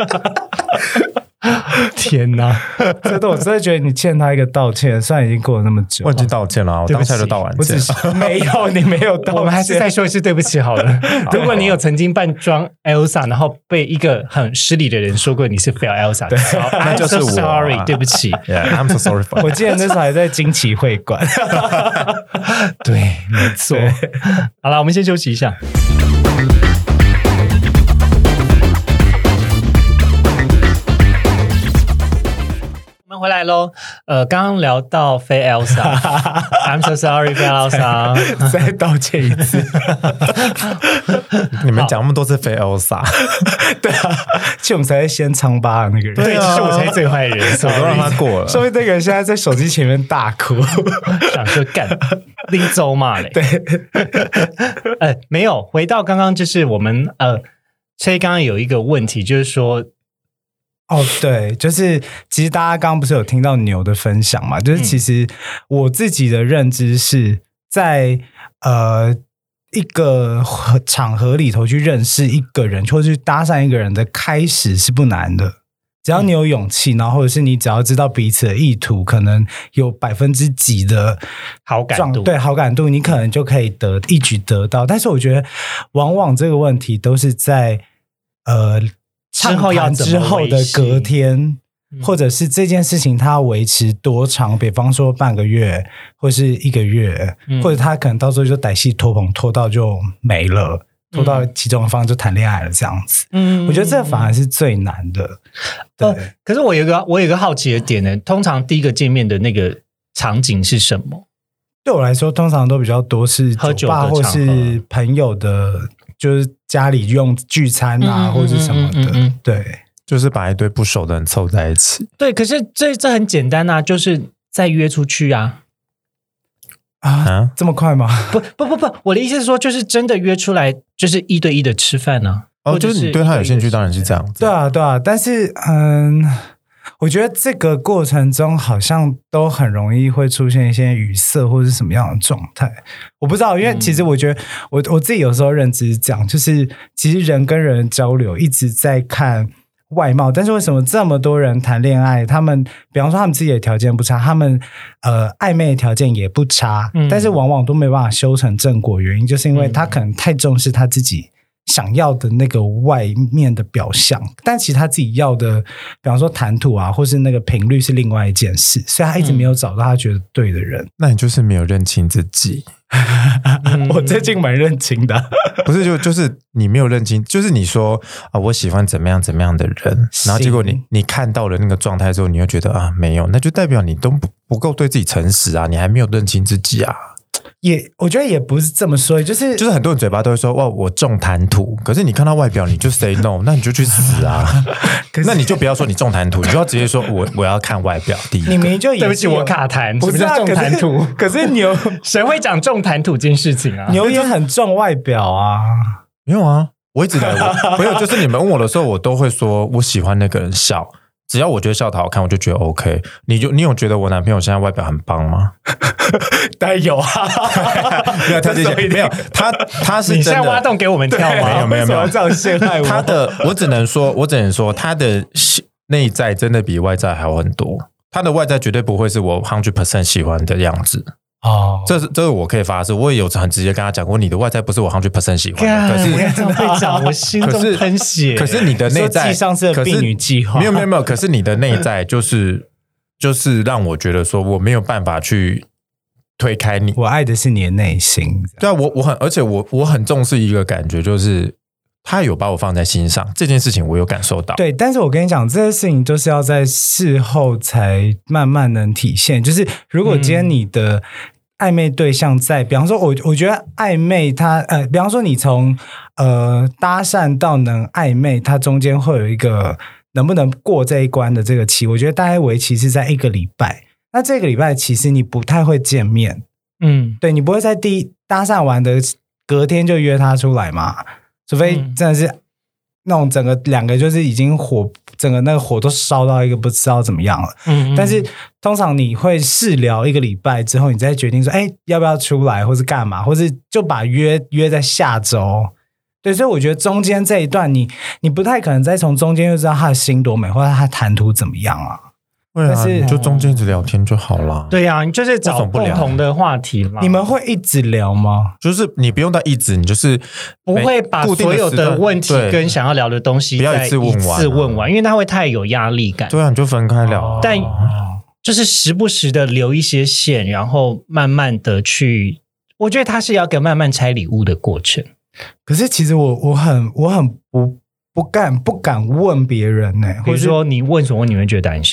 天哪！ 真的，我真的觉得你欠他一个道歉。虽然已经过了那么久， 我已经道歉了，我当下就道完歉。 没有，你没有道歉。 我们还是再说一次对不起好了。如果你有曾经扮装 Elsa， 然后被一个很失礼的人说过你是 Fair Elsa， 那就是我。 Sorry， 对不起。 Yeah, I'm so sorry for。 我记得那时候还在惊奇会馆。 对，没错。好了，我们先休息一下。 那回来咯，呃，刚刚聊到非 Elsa，I'm so sorry， 非 Elsa， 再道歉一次。 你们讲那么多次非 Elsa， 对啊，其实我们才是先疮疤的那个人， 对，其实我才是最坏的人， 我都让他过了。 说明那个人现在在手机前面大哭， 想说干拎走嘛嘞。 对， 呃，没有，回到刚刚就是我们呃，所以刚刚有一个问题，就是说。 哦，对，就是其实大家刚刚不是有听到牛的分享嘛？就是其实我自己的认知是在呃一个场合里头去认识一个人，或者去搭讪一个人的开始是不难的，只要你有勇气，然后或者是你只要知道彼此的意图，可能有百分之几的好感度， 对好感度，你可能就可以得一举得到。但是我觉得，往往这个问题都是在呃。 之后要之后的隔天，嗯、或者是这件事情它维持多长，比方说半个月或是一个月，嗯、或者他可能到时候就歹戏拖棚拖到就没了，拖到其中一方就谈恋爱了这样子。嗯，我觉得这反而是最难的。对， 呃、可是我有一个我有一个好奇的点呢，通常第一个见面的那个场景是什么？ 对我来说，通常都比较多是酒吧或是朋友的。就是家里用聚餐啊，嗯、或者是什么的，嗯嗯嗯嗯对， 就是把一堆不熟的人凑在一起。 对，可是这这很简单啊，就是再约出去啊。 啊，这么快吗？ 不不不不，我的意思是说，就是真的约出来，就是一对一的吃饭呢、 啊。哦，就是你对他有兴趣，当然是这样子。 对啊，对啊，但是嗯。我觉得这个过程中好像都很容易会出现一些语塞或是什么样的状态，我不知道，因为其实我觉得我我自己有时候认知是这样，就是其实人跟人交流一直在看外貌，但是为什么这么多人谈恋爱，他们比方说他们自己的条件不差，他们呃暧昧的条件也不差，嗯、但是往往都没办法修成正果，原因就是因为他可能太重视他自己想要的那个外面的表象，但其实他自己要的比方说谈吐啊或是那个频率是另外一件事，所以他一直没有找到他觉得对的人、 嗯、那你就是没有认清自己。 我最近蛮认清的不是就就是你没有认清，就是你说啊我喜欢怎么样怎么样的人，然后结果你你看到了那个状态之后，你又觉得啊没有，那就代表你都不不够对自己诚实啊，你还没有认清自己啊。 也我觉得也不是这么说，就是就是很多人嘴巴都会说哇我重谈吐，可是你看到外表你就 say no， 那你就去死啊那你就不要说你重谈吐，你就要直接说我我要看外表第一个。 你明明就对不起我卡痰， 不是、啊、 重谈吐可是牛谁会讲重谈吐这件事情啊？ 牛也很重外表啊。 没有啊，我一直来我没有，就是你们问我的时候我都会说我喜欢那个人笑，只要我觉得笑得好看我就觉得 OK。 你就你有觉得我男朋友现在外表很棒吗？ 当然有啊没有他这些没有他他是真的， 你现在挖洞给我们跳吗？ 没有没有没有这样陷害我。 他的我只能说我只能说他的内在真的比外在好很多，他的外在绝对不会是我 百分之百 喜欢的样子哦，这是这是我可以发誓，我也有很直接跟他讲过，你的外在不是我 百分之百 喜欢的。可是我这么会讲，我心中喷血。 可是你的内在， 上次的婢女计划， 没有没有没有，可是你的内在就是就是让我觉得说我没有办法去推开你。 我爱的是你的内心。 对啊，我我很而且我我很重视一个感觉，就是他有把我放在心上，这件事情我有感受到。 对，但是我跟你讲，这些事情都是要在事后才慢慢能体现。就是如果今天你的暧昧对象在，比方说我我觉得暧昧它呃，比方说你从呃搭讪到能暧昧，它中间会有一个能不能过这一关的这个期，我觉得大概为期是在一个礼拜。那这个礼拜其实你不太会见面，嗯，对，你不会在第一搭讪完的隔天就约他出来嘛，除非真的是那种整个两个就是已经火，整个那个火都烧到一个不知道怎么样了。嗯，但是通常你会试聊一个礼拜之后，你再决定说，哎，要不要出来，或是干嘛，或是就把约约在下周。对，所以我觉得中间这一段你，你你不太可能再从中间就知道他的心多美，或者他谈吐怎么样啊。 对啊，你就中间一直聊天就好了。 对啊，你就是找共同的话题嘛。 你们会一直聊吗？ 就是你不用到一直，你就是不会把所有的问题跟想要聊的东西不要一次问完、 一次问完，因为它会太有压力感。 对啊，你就分开聊、哦。 但就是时不时的留一些线，然后慢慢的去，我觉得它是要个慢慢拆礼物的过程。 可是其实我我很我很不不敢不敢问别人呢、欸， 比如说你问什么你会觉得担心？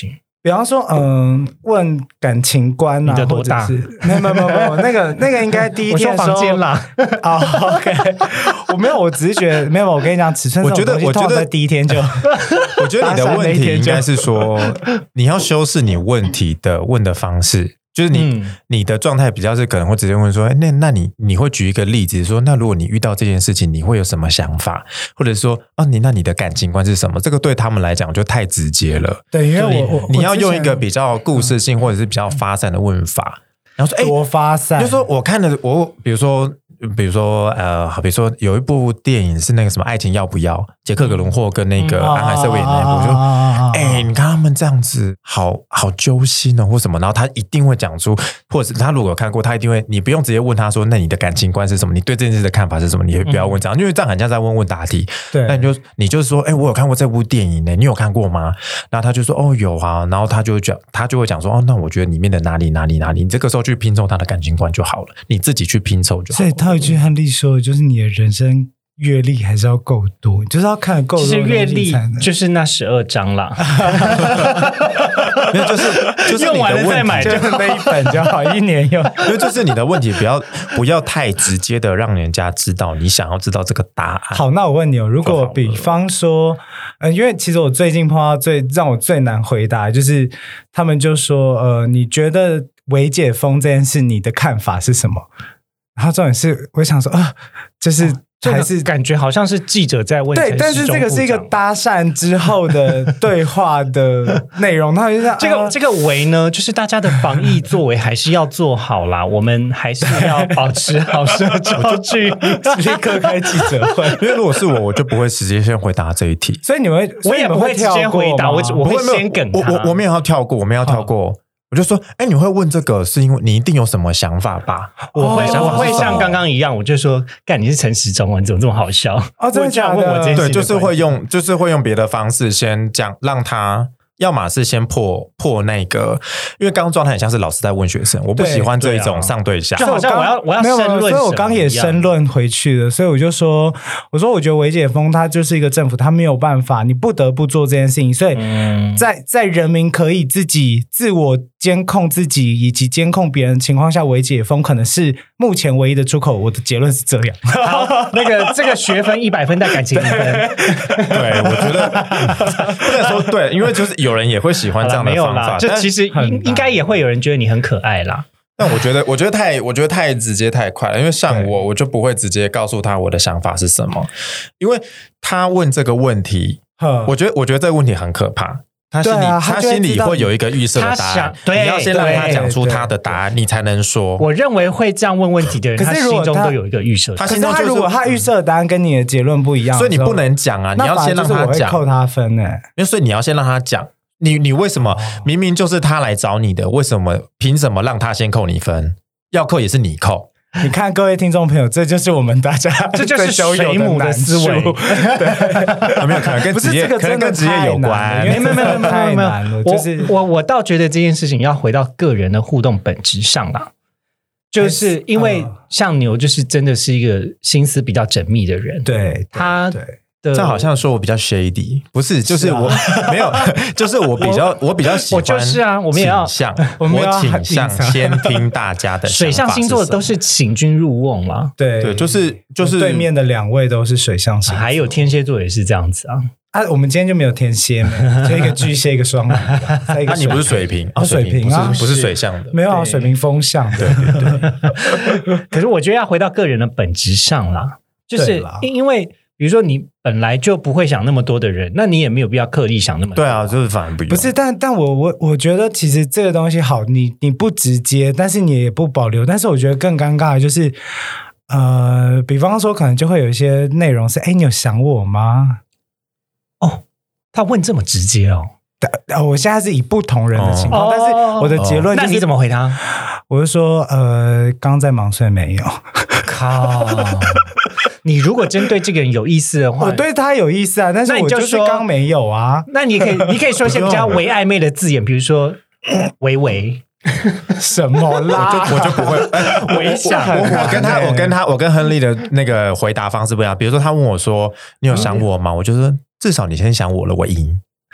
比方说，嗯，问感情观啊， 你的多大？ 或者是没有没有没有没有，那个那个应该第一天的时候我说房间啦。 哦、oh, ，OK， 我没有，我只是觉得没有。我跟你讲，尺寸这种东西，我觉得在第一天就， 我觉得你的问题应该是说，你要修饰你问题的问的方式。就是你、嗯、你的状态比较是可能会直接问说，那那你你会举一个例子说，那如果你遇到这件事情，你会有什么想法？或者说，啊，你那你的感情观是什么？这个对他们来讲就太直接了。 对，因为我你要用一个比较故事性或者是比较发散的问法，然后说，哎， 多发散， 就说我看了我，比如说。比如说，呃，比如说有一部电影是那个什么《爱情要不要》，杰克·葛伦霍跟那个安海瑟薇演那一部，我就哎，你看他们这样子，好好揪心哦，或什么，然后他一定会讲出，或者是他如果有看过，他一定会，你不用直接问他说，那你的感情观是什么？你对这件事的看法是什么？你不要问这样，嗯、因为这样很像在问问答题。 对， 那你就你就是说，哎，我有看过这部电影呢，你有看过吗？然后他就说，哦，有啊，然后他就会讲，他就会讲说，哦，那我觉得里面的哪里哪里哪里，你这个时候去拼凑他的感情观就好了，你自己去拼凑就好了。 所以他有一句汉丽说，就是你的人生阅历还是要够多，你就是要看得够多。 其实阅历就是那十二章啦， 没有，就是就是用完了再买， 就是那一本就好，一年用。 因为就是你的问题，不要不要太直接的让人家知道你想要知道这个答案。 好，那我问你哦，如果比方说，呃，因为其实我最近碰到最让我最难回答，就是他们就说，呃，你觉得微解封这件事，你的看法是什么？然后重点是，我想说啊、呃，就是还是、 哦、感觉好像是记者在问。 对，但是这个是一个搭讪之后的对话的内容。他就像这个、呃、这个围呢，就是大家的防疫作为还是要做好啦，我们还是要保持好社交距离， 立刻开记者会。 因为如果是我，我就不会直接先回答这一题。 所以你们， 我也不会直接回答，我我会先梗他。 我我我没有要跳过，我没有要跳过。哦，我就说，哎，你会问这个是因为你一定有什么想法吧？ 我会，我会像刚刚一样，我就说，干，你是陈时中，你怎么这么好笑？ 哦，真的假的？ 问我这些， 对，就是会用，就是会用别的方式先讲，让他。要么是先破破那个，因为刚刚状态很像是老师在问学生，我不喜欢这一种上对下， 就好像我要我要申论， 所以我刚也申论回去了，所以我就说，我说我觉得微解封它就是一个政府，它没有办法，你不得不做这件事情，所以在在人民可以自己自我监控自己以及监控别人的情况下，微解封可能是目前唯一的出口。我的结论是这样。 好，那个这个学分一百分，但感情一分。 对，我觉得不能说对，因为就是。有人也会喜欢这样的方法， 就其实应应该也会有人觉得你很可爱啦。 但我觉得，我觉得太，我觉得太直接太快了。因为像我，我就不会直接告诉他我的想法是什么，因为他问这个问题，我觉得，我觉得这个问题很可怕。他心里，啊、他, 他心里会有一个预设的答案，你要先让他讲出他的答案，你才能说。 我认为会这样问问题的人，他心中都有一个预设。 他心中、就是、他如果他预设的答案跟你的结论不一样， 所以你不能讲啊！你要先让他讲， 扣他分哎、欸。 因为所以你要先让他讲。你你为什么明明就是他来找你的？为什么凭什么让他先扣你分？要扣也是你扣。 你看各位听众朋友，这就是我们大家， 这就是水母的思维。 对，啊、没有可能跟职业，可能跟职业有关。 没有没有没有没有没有， 就是我我倒觉得这件事情要回到个人的互动本质上啦。就是因为像牛，就是真的是一个心思比较缜密的人， 对他。 对这好像说我比较 shady， 不是，就是我是、啊、没有，就是我比较我, 我比较喜欢， 我就是啊，我们也要倾向，我, 我倾向先听大家的想法。 水象星座都是请君入瓮嘛， 对对，就是就是对面的两位都是水象星座， 还有天蝎座也是这样子啊。 啊，我们今天就没有天蝎嘛，就一个巨蟹，一个双鱼，再一个。 那、啊、你不是水瓶啊？水瓶啊， 不是不是水象的， 没有啊，水瓶风象， 对对对。 可是我觉得要回到个人的本质上啦，就是因为。比如说你本来就不会想那么多的人，那你也没有必要刻意想那么多。 对啊，就是反而不用。 不是，但但我我我觉得其实这个东西好，你你不直接，但是你也不保留。但是我觉得更尴尬的就是，呃，比方说可能就会有一些内容是，哎，你有想我吗？ 哦，他问这么直接哦。 我现在是以不同人的情况，哦、但是我的结论、就是哦、 那你怎么回他？ 我就说，呃，刚在忙，所以没有。 靠！你如果针对这个人有意思的话， 我对他有意思啊，但是我就是刚没有啊。 那你可以，你可以说一些比较微暧昧的字眼，比如说“微微” 什么啦， 我就我就不会微想。 我我跟他，我跟他，我跟亨利的那个回答方式不一样。比如说，他问我说：“你有想我吗？”嗯、我就说：“至少你先想我了，我赢。”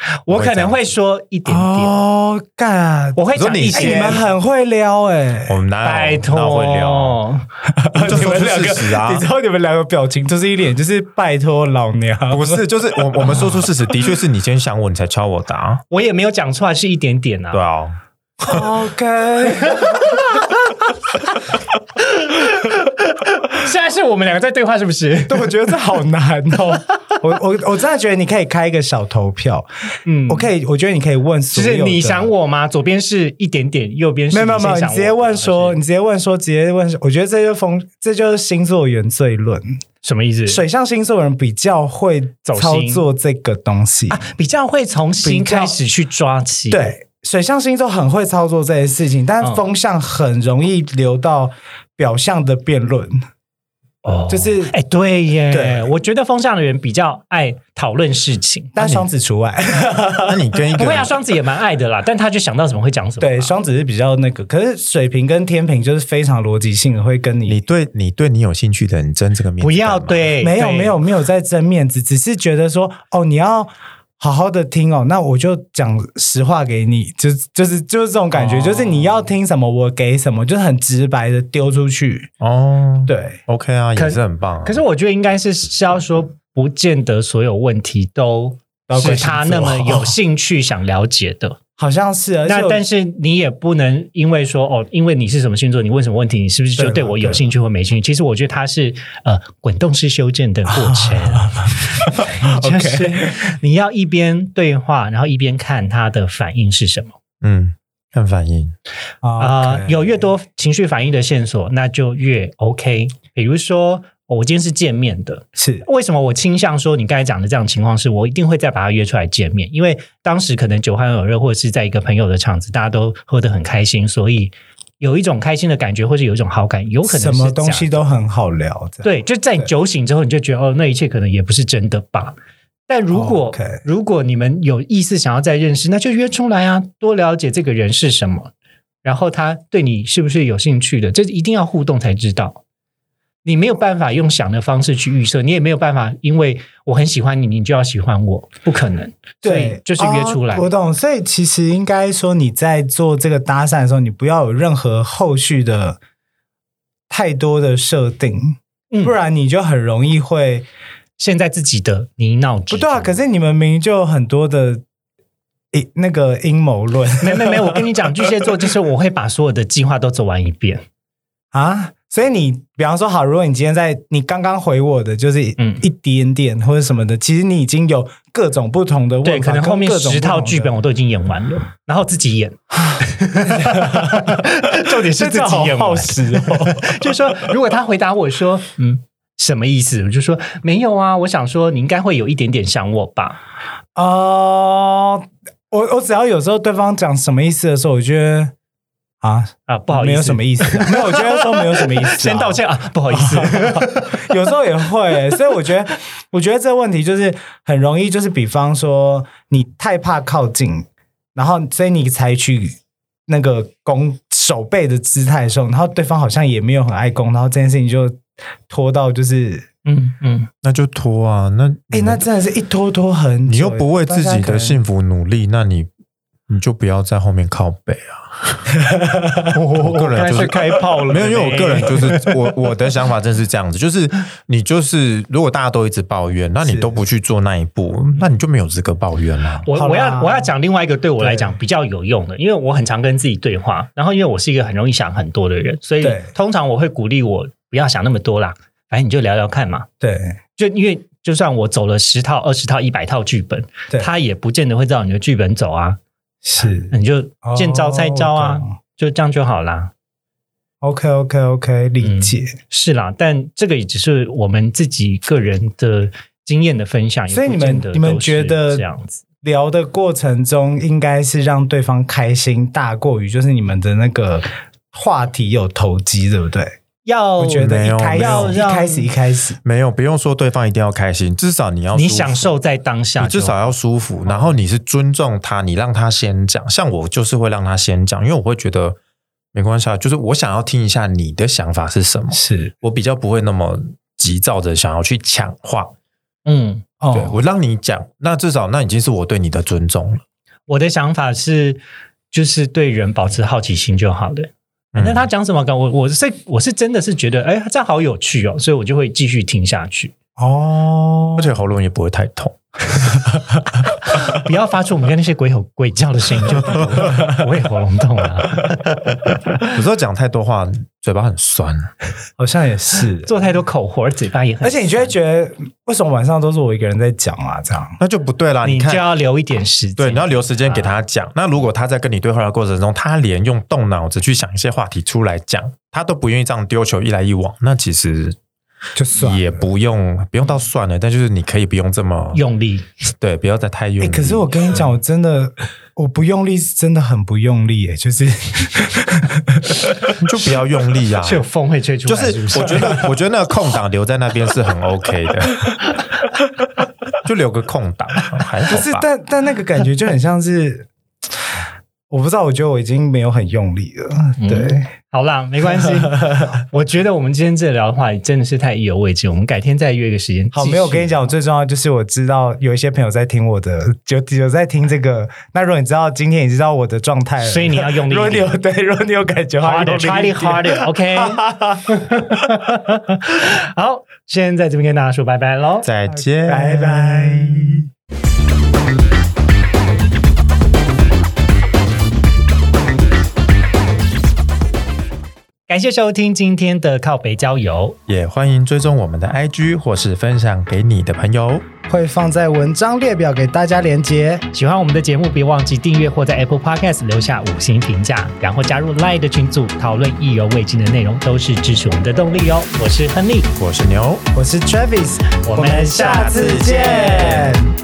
我可能会说一点点哦，干， 我会讲一些。 你们很会撩哎， 我们哪拜托哪会撩？就说出事实啊！ 你知道你们两个表情就是一脸就是拜托老娘， 不是，就是我我们说出事实，的确是你先想我，你才敲我答。 我也没有讲出来，是一点点啊。 对啊。 OK。 现在是我们两个在对话，是不是？ 对，我觉得这好难哦。我我我真的觉得你可以开一个小投票，嗯，我可以，我觉得你可以问所有的， 就是你想我吗？左边是一点点，右边是没有没有没有，你直接问说，你直接问说，直接问，我觉得这就风，这就是星座原罪论。 什么意思？ 水象星座人比较会操作这个东西啊，比较会从心开始去抓起。 对，水象星座很会操作这些事情，但风象很容易流到表象的辩论。 哦， 就是哎，对耶，对，我觉得风象的人比较爱讨论事情， 但双子除外。 那你跟一个不会啊，双子也蛮爱的啦，但他就想到什么会讲什么。 对，双子是比较那个，可是水瓶跟天秤就是非常逻辑性的，会跟你你对你对你有兴趣的人争这个面子， 不要对， 没有没有没有在争面子，只是觉得说哦，你要好好的听哦，那我就讲实话给你，就就是就是这种感觉，哦、就是你要听什么我给什么，就是很直白的丢出去哦。对 ，OK 啊，也是很棒、啊。 可是我觉得应该是是要说，不见得所有问题都是他那么有兴趣想了解的。 好像是，而且那但是你也不能因为说哦，因为你是什么星座，你问什么问题，你是不是就对我有兴趣或没兴趣？其实我觉得它是呃滚动式修正的过程，就是你要一边对话，然后一边看他的反应是什么。 嗯，看反应啊、呃，有越多情绪反应的线索，那就越 OK。比如说。我今天是见面的， 是为什么我倾向说你刚才讲的这样的情况是我一定会再把他约出来见面，因为当时可能酒酣耳热，或者是在一个朋友的场子，大家都喝得很开心，所以有一种开心的感觉，或是有一种好感，有可能是什么东西都很好聊。 对，就在你酒醒之后，你就觉得哦，那一切可能也不是真的吧。但如果、 oh, okay. 如果你们有意思想要再认识，那就约出来啊，多了解这个人是什么，然后他对你是不是有兴趣的，这一定要互动才知道。你没有办法用想的方式去预设，你也没有办法因为我很喜欢你，你就要喜欢我，不可能。 对， 就是约出来、 哦、我懂。所以其实应该说你在做这个搭讪的时候，你不要有任何后续的太多的设定、嗯、不然你就很容易会陷在自己的泥淖之中。 不对啊，可是你们明明就有很多的那个阴谋论。 没没没，我跟你讲，巨蟹座就是我会把所有的计划都走完一遍啊。所以你比方说好，如果你今天在你刚刚回我的就是一点点或者什么的、嗯、其实你已经有各种不同的问法， 对，可能后面十套剧本我都已经演完了，然后自己演重点是自己演完， 好实哦就是说如果他回答我说嗯什么意思，我就说没有啊，我想说你应该会有一点点想我吧。 哦、uh, 我我只要有时候对方讲什么意思的时候，我觉得啊啊，不好意思， 没有什么意思、啊，没有，我觉得说没有什么意思、啊， 先道歉啊，不好意思。 有时候也会，所以我觉得，我觉得这个问题就是很容易，就是比方说你太怕靠近，然后所以你采取那个攻手背的姿态的时候，然后对方好像也没有很爱攻，然后这件事情就拖到就是嗯嗯， 那就拖啊，那哎、欸，那真的是一拖拖很久， 你又不为自己的幸福努力，那你你就不要在后面靠背啊。我个人就是开炮了， 没有，因为我个人就是我我的想法真是这样子，就是你就是如果大家都一直抱怨，那你都不去做那一步，那你就没有资格抱怨了。 我我要我要讲另外一个对我来讲比较有用的，因为我很常跟自己对话，然后因为我是一个很容易想很多的人，所以通常我会鼓励我不要想那么多啦，反正你就聊聊看嘛。 对， 就因为就算我走了十套、二十套、一百套剧本，他也不见得会照你的剧本走啊。 是， 你就见招拆招啊、哦，就这样就好啦。 OK OK OK， 理解、 嗯、是啦，但这个也只是我们自己个人的经验的分享， 所以你们你们觉得这样子聊的过程中，应该是让对方开心大过于就是你们的那个话题有投机，对不对？ 要我觉得一开始一开始一开始没有，不用说对方一定要开心，至少你要你享受在当下， 你至少要舒服，然后你是尊重他，你让他先讲。像我就是会让他先讲，因为我会觉得没关系，就是我想要听一下你的想法是什么， 是我比较不会那么急躁的想要去抢话。 嗯， 哦，对，我让你讲，那至少那已经是我对你的尊重了。 我的想法是，就是对人保持好奇心就好了。反正他讲什么，我我是我是真的是觉得，哎，这好有趣哦，所以我就会继续听下去。 哦，而且喉咙也不会太痛。 不要发出我们跟那些鬼吼鬼叫的声音，就不会喉咙痛啊。 有时候讲太多话，嘴巴很酸， 好像也是做太多口活，嘴巴也很酸。 而且你就会觉得，为什么晚上都是我一个人在讲啊？这样那就不对啦。 你就要留一点时间， 对，你要留时间给他讲。啊、那如果他在跟你对话的过程中，他连用动脑子去想一些话题出来讲，他都不愿意这样丢球一来一往，那其实。 就算也不用不用到算了，但就是你可以不用这么用力， 对，不要再太用力。 欸、可是我跟你讲，我真的我不用力是真的很不用力耶，就是你就不要用力啊， 是有风会吹出来是不是， 就是我觉得我觉得那个空档留在那边是很 OK 的，就留个空档，还好吧。 不是，但但那个感觉就很像是。我不知道，我觉得我已经没有很用力了。对，嗯、 好啦，没关系。我觉得我们今天这聊的话真的是太意犹未尽，我们改天再约一个时间。 好，没有，我跟你讲，我最重要就是我知道有一些朋友在听我的，有有在听这个。那如果你知道今天你知道我的状态了， 所以你要用力一点。 如果你有对，如果你有感觉的话 ，harder，try harder，OK。好，先在这边跟大家说拜拜喽， 再见， 拜拜。 感谢收听今天的靠北郊游， 也欢迎追踪我们的 I G 或是分享给你的朋友， 会放在文章列表给大家连结。 喜欢我们的节目，别忘记订阅或在 Apple Podcast 留下五星评价，然后加入 Line 的群组讨论意犹未尽的内容，都是支持我们的动力哦。我是亨利， 我是牛， 我是 Travis， 我们下次见。